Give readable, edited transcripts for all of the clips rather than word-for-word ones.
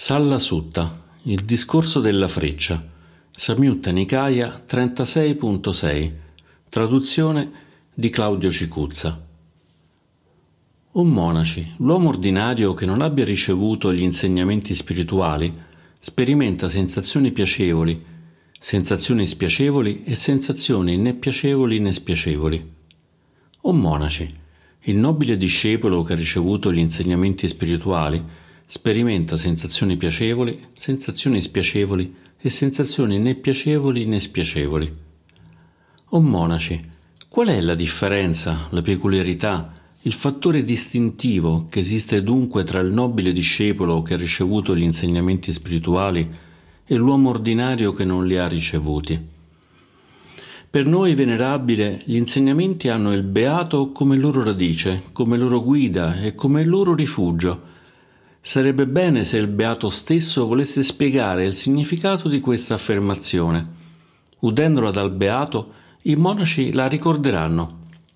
Salla Sutta, il discorso della freccia, Samyutta Nikaya 36.6, traduzione di Claudio Cicuzza. O monaci, l'uomo ordinario che non abbia ricevuto gli insegnamenti spirituali sperimenta sensazioni piacevoli, sensazioni spiacevoli e sensazioni né piacevoli né spiacevoli. O monaci, il nobile discepolo che ha ricevuto gli insegnamenti spirituali sperimenta sensazioni piacevoli, sensazioni spiacevoli e sensazioni né piacevoli né spiacevoli. O monaci, qual è la differenza, la peculiarità, il fattore distintivo che esiste dunque tra il nobile discepolo che ha ricevuto gli insegnamenti spirituali e l'uomo ordinario che non li ha ricevuti? Per noi, venerabile, gli insegnamenti hanno il beato come loro radice, come loro guida e come loro rifugio. Sarebbe bene se il beato stesso volesse spiegare il significato di questa affermazione. Udendola dal beato, i monaci la ricorderanno.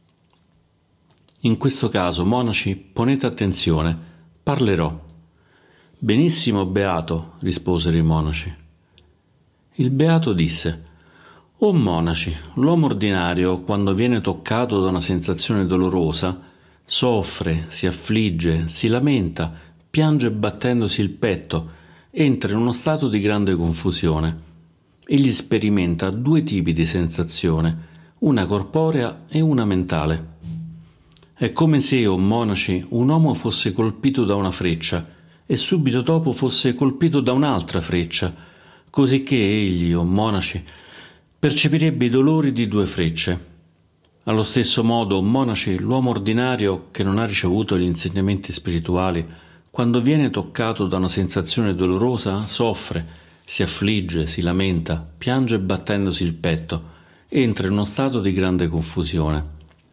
In questo caso, monaci, ponete attenzione, parlerò. Benissimo, beato, risposero i monaci. Il beato disse: O monaci, l'uomo ordinario, quando viene toccato da una sensazione dolorosa, soffre, si affligge, si lamenta, piange battendosi il petto, entra in uno stato di grande confusione. Egli sperimenta due tipi di sensazione, una corporea e una mentale. È come se, o monaci, un uomo fosse colpito da una freccia e subito dopo fosse colpito da un'altra freccia, cosicché egli, o monaci, percepirebbe i dolori di due frecce. Allo stesso modo, o monaci, l'uomo ordinario che non ha ricevuto gli insegnamenti spirituali, quando viene toccato da una sensazione dolorosa, soffre, si affligge, si lamenta, piange battendosi il petto, entra in uno stato di grande confusione.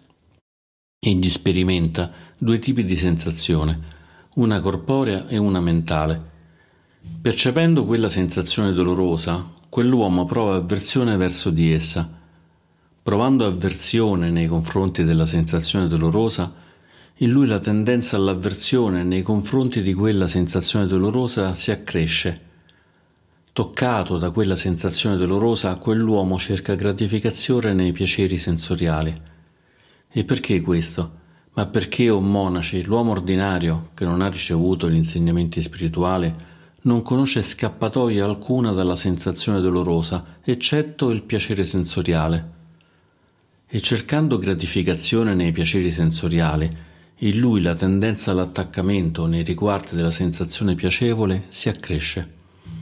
Egli sperimenta due tipi di sensazione, una corporea e una mentale. Percependo quella sensazione dolorosa, quell'uomo prova avversione verso di essa. Provando avversione nei confronti della sensazione dolorosa, in lui la tendenza all'avversione nei confronti di quella sensazione dolorosa si accresce. Toccato da quella sensazione dolorosa, quell'uomo cerca gratificazione nei piaceri sensoriali. E perché questo? Ma perché, o monaci, l'uomo ordinario, che non ha ricevuto gli insegnamenti spirituali, non conosce scappatoia alcuna dalla sensazione dolorosa, eccetto il piacere sensoriale. E cercando gratificazione nei piaceri sensoriali, in lui la tendenza all'attaccamento nei riguardi della sensazione piacevole si accresce.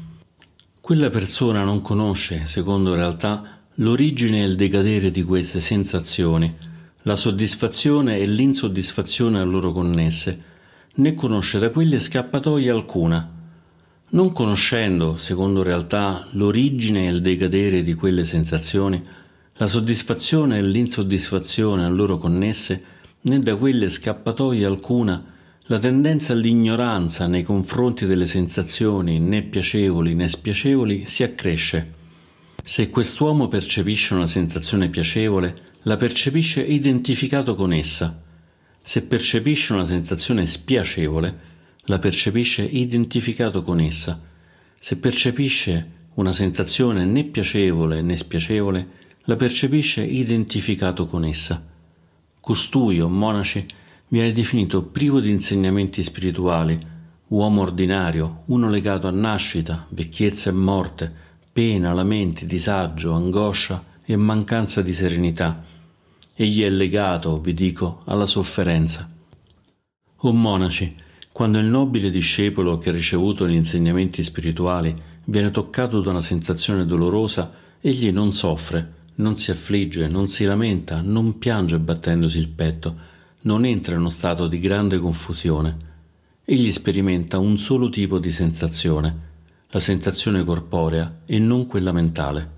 Quella persona non conosce, secondo realtà, l'origine e il decadere di queste sensazioni, la soddisfazione e l'insoddisfazione a loro connesse, né conosce da quelle scappatoia alcuna. Non conoscendo, secondo realtà, l'origine e il decadere di quelle sensazioni, la soddisfazione e l'insoddisfazione a loro connesse, né da quelle scappatoia alcuna, la tendenza all'ignoranza nei confronti delle sensazioni né piacevoli né spiacevoli si accresce. Se quest'uomo percepisce una sensazione piacevole, la percepisce identificato con essa. Se percepisce una sensazione spiacevole, la percepisce identificato con essa. Se percepisce una sensazione né piacevole né spiacevole, la percepisce identificato con essa. Costui, o monaci, viene definito privo di insegnamenti spirituali, uomo ordinario, uno legato a nascita, vecchiezza e morte, pena, lamenti, disagio, angoscia e mancanza di serenità. Egli è legato, vi dico, alla sofferenza. O monaci, quando il nobile discepolo che ha ricevuto gli insegnamenti spirituali viene toccato da una sensazione dolorosa, egli non soffre, non si affligge, non si lamenta, non piange battendosi il petto, non entra in uno stato di grande confusione. Egli sperimenta un solo tipo di sensazione, la sensazione corporea e non quella mentale.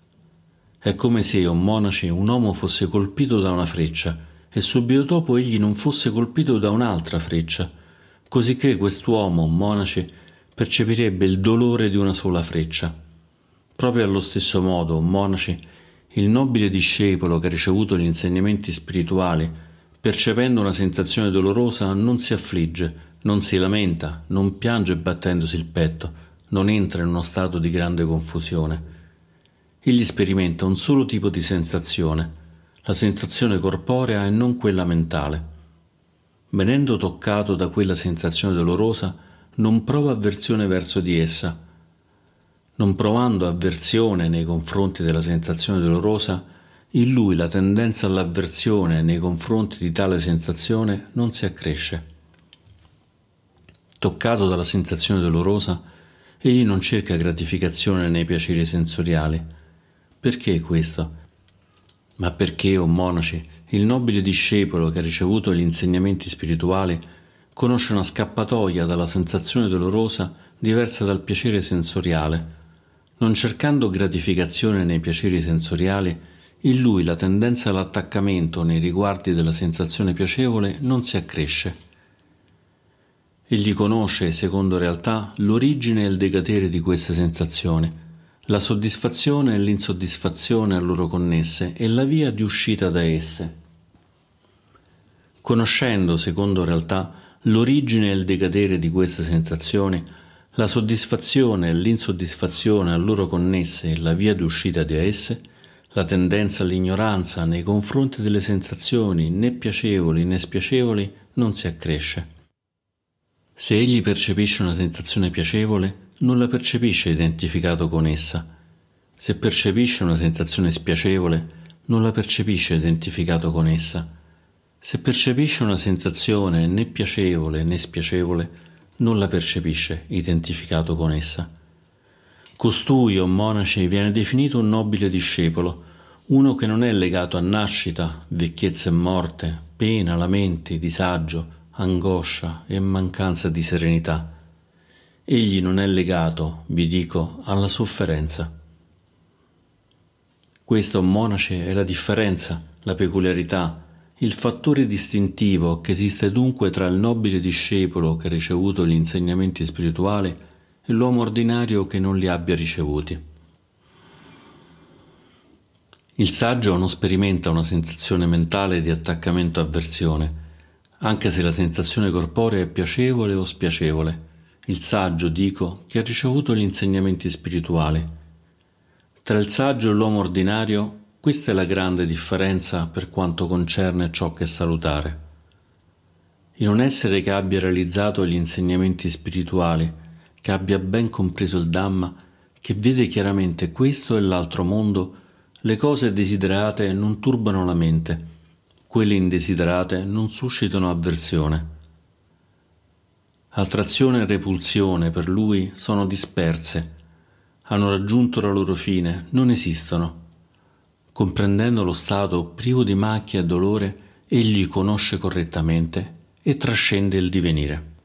È come se, o monaci, un uomo fosse colpito da una freccia e subito dopo egli non fosse colpito da un'altra freccia, cosicché quest'uomo, o monaci, percepirebbe il dolore di una sola freccia. Proprio allo stesso modo, o monaci, il nobile discepolo che ha ricevuto gli insegnamenti spirituali, percependo una sensazione dolorosa, non si affligge, non si lamenta, non piange battendosi il petto, non entra in uno stato di grande confusione. Egli sperimenta un solo tipo di sensazione, la sensazione corporea e non quella mentale. Venendo toccato da quella sensazione dolorosa, non prova avversione verso di essa. Non provando avversione nei confronti della sensazione dolorosa, in lui la tendenza all'avversione nei confronti di tale sensazione non si accresce. Toccato dalla sensazione dolorosa, egli non cerca gratificazione nei piaceri sensoriali. Perché questo? Ma perché, o monaci, il nobile discepolo che ha ricevuto gli insegnamenti spirituali conosce una scappatoia dalla sensazione dolorosa diversa dal piacere sensoriale. Non cercando gratificazione nei piaceri sensoriali, in lui la tendenza all'attaccamento nei riguardi della sensazione piacevole non si accresce. Egli conosce, secondo realtà, l'origine e il decadere di queste sensazioni, la soddisfazione e l'insoddisfazione a loro connesse e la via di uscita da esse. Conoscendo, secondo realtà, l'origine e il decadere di queste sensazioni, la soddisfazione e l'insoddisfazione a loro connesse e la via di uscita da esse, la tendenza all'ignoranza nei confronti delle sensazioni né piacevoli né spiacevoli non si accresce. Se egli percepisce una sensazione piacevole, non la percepisce identificato con essa. Se percepisce una sensazione spiacevole, non la percepisce identificato con essa. Se percepisce una sensazione né piacevole né spiacevole, non la percepisce identificato con essa. Costui, o monaci, viene definito un nobile discepolo, uno che non è legato a nascita, vecchiezza e morte, pena, lamenti, disagio, angoscia e mancanza di serenità. Egli non è legato, vi dico, alla sofferenza. Questo, monaci, è la differenza, la peculiarità, il fattore distintivo che esiste dunque tra il nobile discepolo che ha ricevuto gli insegnamenti spirituali e l'uomo ordinario che non li abbia ricevuti. Il saggio non sperimenta una sensazione mentale di attaccamento-avversione, anche se la sensazione corporea è piacevole o spiacevole. Il saggio, dico, che ha ricevuto gli insegnamenti spirituali. Tra il saggio e l'uomo ordinario, questa è la grande differenza per quanto concerne ciò che è salutare. In un essere che abbia realizzato gli insegnamenti spirituali, che abbia ben compreso il Dhamma, che vede chiaramente questo e l'altro mondo, le cose desiderate non turbano la mente, quelle indesiderate non suscitano avversione. Attrazione e repulsione per lui sono disperse, hanno raggiunto la loro fine, non esistono. Comprendendo lo stato privo di macchia e dolore, egli conosce correttamente e trascende il divenire.